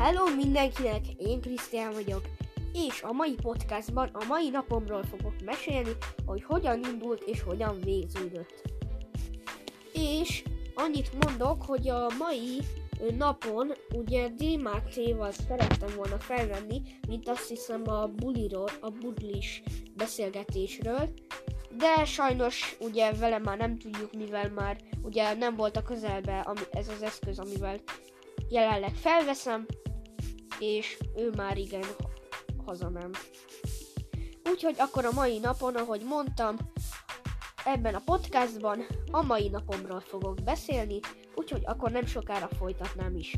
Hello mindenkinek, én Krisztián vagyok, és a mai podcastban a mai napomról fogok mesélni, hogy hogyan indult és hogyan végződött. És annyit mondok, hogy a mai napon ugye D-Mátéval szerettem volna felvenni, mint azt hiszem a bulis beszélgetésről, de sajnos ugye vele már nem tudjuk, mivel már ugye nem volt a közelben ez az eszköz, amivel jelenleg felveszem, és ő már igen hazament. Úgyhogy akkor a mai napon, ahogy mondtam, ebben a podcastban a mai napomról fogok beszélni, úgyhogy akkor nem sokára folytatnám is.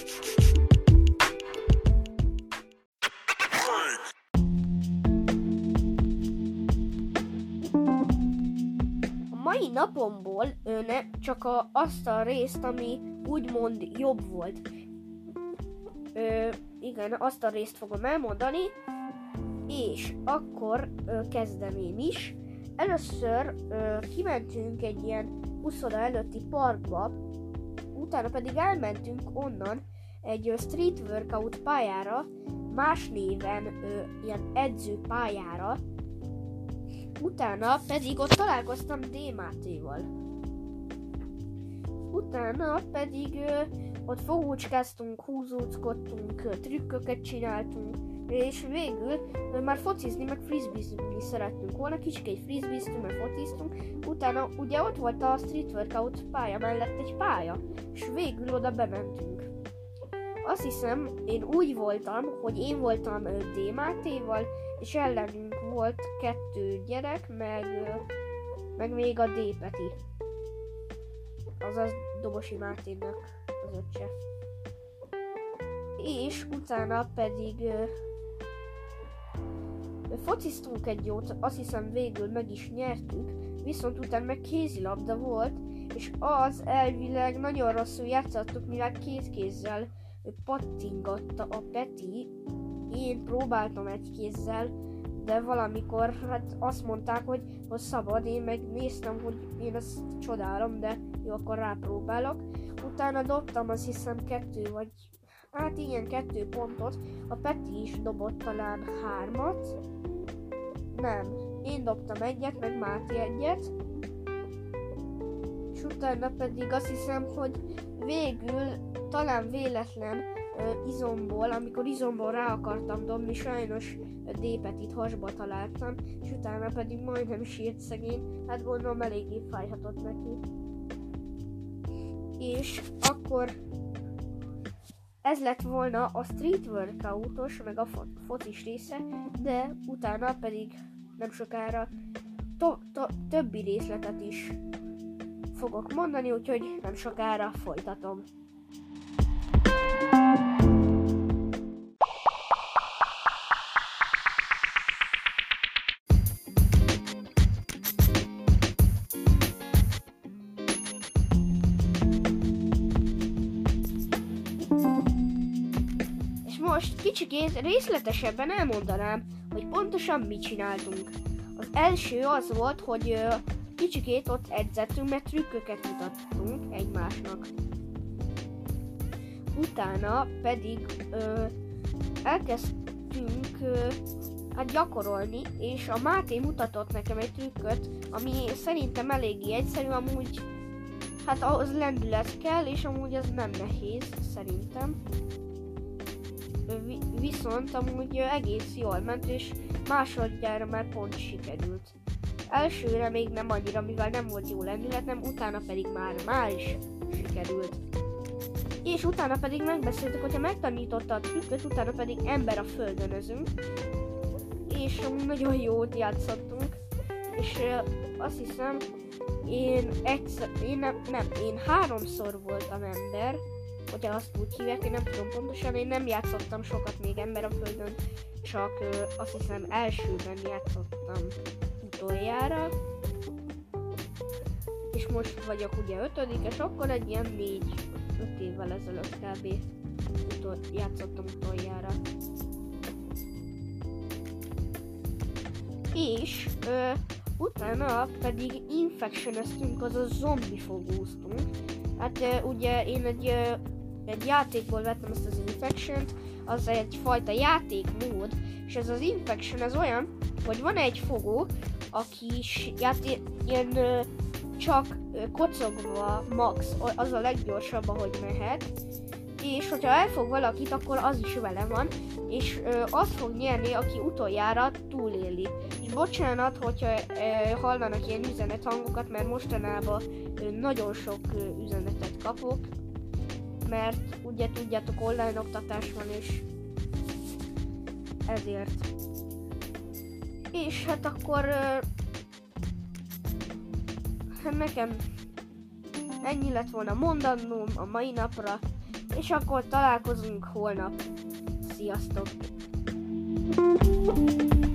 A mai napomból csak azt a részt, ami úgymond jobb volt. Igen, azt a részt fogom elmondani, és akkor kezdeném is. Először kimentünk egy ilyen uszoda előtti parkba, utána pedig elmentünk onnan egy street workout pályára, más néven ilyen edzőpályára, utána pedig ott találkoztam D-Mátéval. Utána pedig ott fogócskáztunk, húzóckodtunk, trükköket csináltunk, és végül már focizni, meg frisbeezni szerettünk volna, kicsikét frisbeeztünk, meg fociztunk, utána ugye ott volt a street workout pálya mellett egy pálya, és végül oda bementünk. Azt hiszem, én úgy voltam, hogy én voltam D-Mátéval, és ellenünk volt 2 gyerek, meg még a D-Peti. Azaz Dobosi Máténak az öccse. És utána pedig fociztunk egy jót, azt hiszem végül meg is nyertük, viszont utána meg kézilabda volt, és az elvileg nagyon rosszul játszottuk, mivel 2 kézzel pattingatta a Peti. Én próbáltam egy kézzel, de valamikor azt mondták, hogy szabad, én meg néztem, hogy én ezt csodálom, de jó, akkor rápróbálok. Utána dobtam azt hiszem 2 pontot, a Peti is dobott talán 3-at. Nem, én dobtam 1-et, meg Máté 1-et. És utána pedig azt hiszem, hogy végül talán véletlen izomból, amikor izomból rá akartam dobni, sajnos D-Petit hasba találtam, és utána pedig majdnem sírt szegény, hát gondolom eléggé fájhatott neki. És akkor ez lett volna a street workoutos, meg a focis része, de utána pedig nem sokára többi részletet is fogok mondani, úgyhogy nem sokára folytatom. Most kicsikét részletesebben elmondanám, hogy pontosan mit csináltunk. Az első az volt, hogy kicsikét ott edzettünk, mert trükköket mutattunk egymásnak. Utána pedig elkezdtünk gyakorolni, és a Máté mutatott nekem egy trükköt, ami szerintem eléggé egyszerű, amúgy ahhoz lendület kell, és amúgy az nem nehéz, szerintem. Viszont amúgy egész jól ment, és másodjára már pont sikerült. Elsőre még nem annyira, mivel nem volt jó lendületem, utána pedig már is sikerült. És utána pedig megbeszéltük, hogyha megtanította a trükköt, utána pedig ember a földönözünk. És nagyon jót játszottunk. És azt hiszem, én 3-szor voltam ember, hogyha azt úgy hívják, én nem tudom pontosan, én nem játszottam sokat még ember a földön, csak azt hiszem elsőben játszottam utoljára, és most vagyok ugye 5. és akkor egy ilyen 4-5 évvel ezelőtt kb. Játszottam utoljára. És utána pedig infection-eztünk, azaz zombifogóztunk. Hát ugye én egy egy játékból vettem ezt az Infection-t, az egyfajta játékmód, és ez az Infection ez olyan, hogy van egy fogó, aki ilyen csak kocogva max, az a leggyorsabb, ahogy mehet, és hogyha elfog valakit, akkor az is vele van, és azt fog nyerni, aki utoljára túléli. És bocsánat, hogyha hallanak ilyen üzenethangokat, mert mostanában nagyon sok üzenetet kapok, mert ugye tudjátok, online oktatás van, és ezért. És hát akkor nekem ennyi lett volna mondanom a mai napra, és akkor találkozunk holnap. Sziasztok!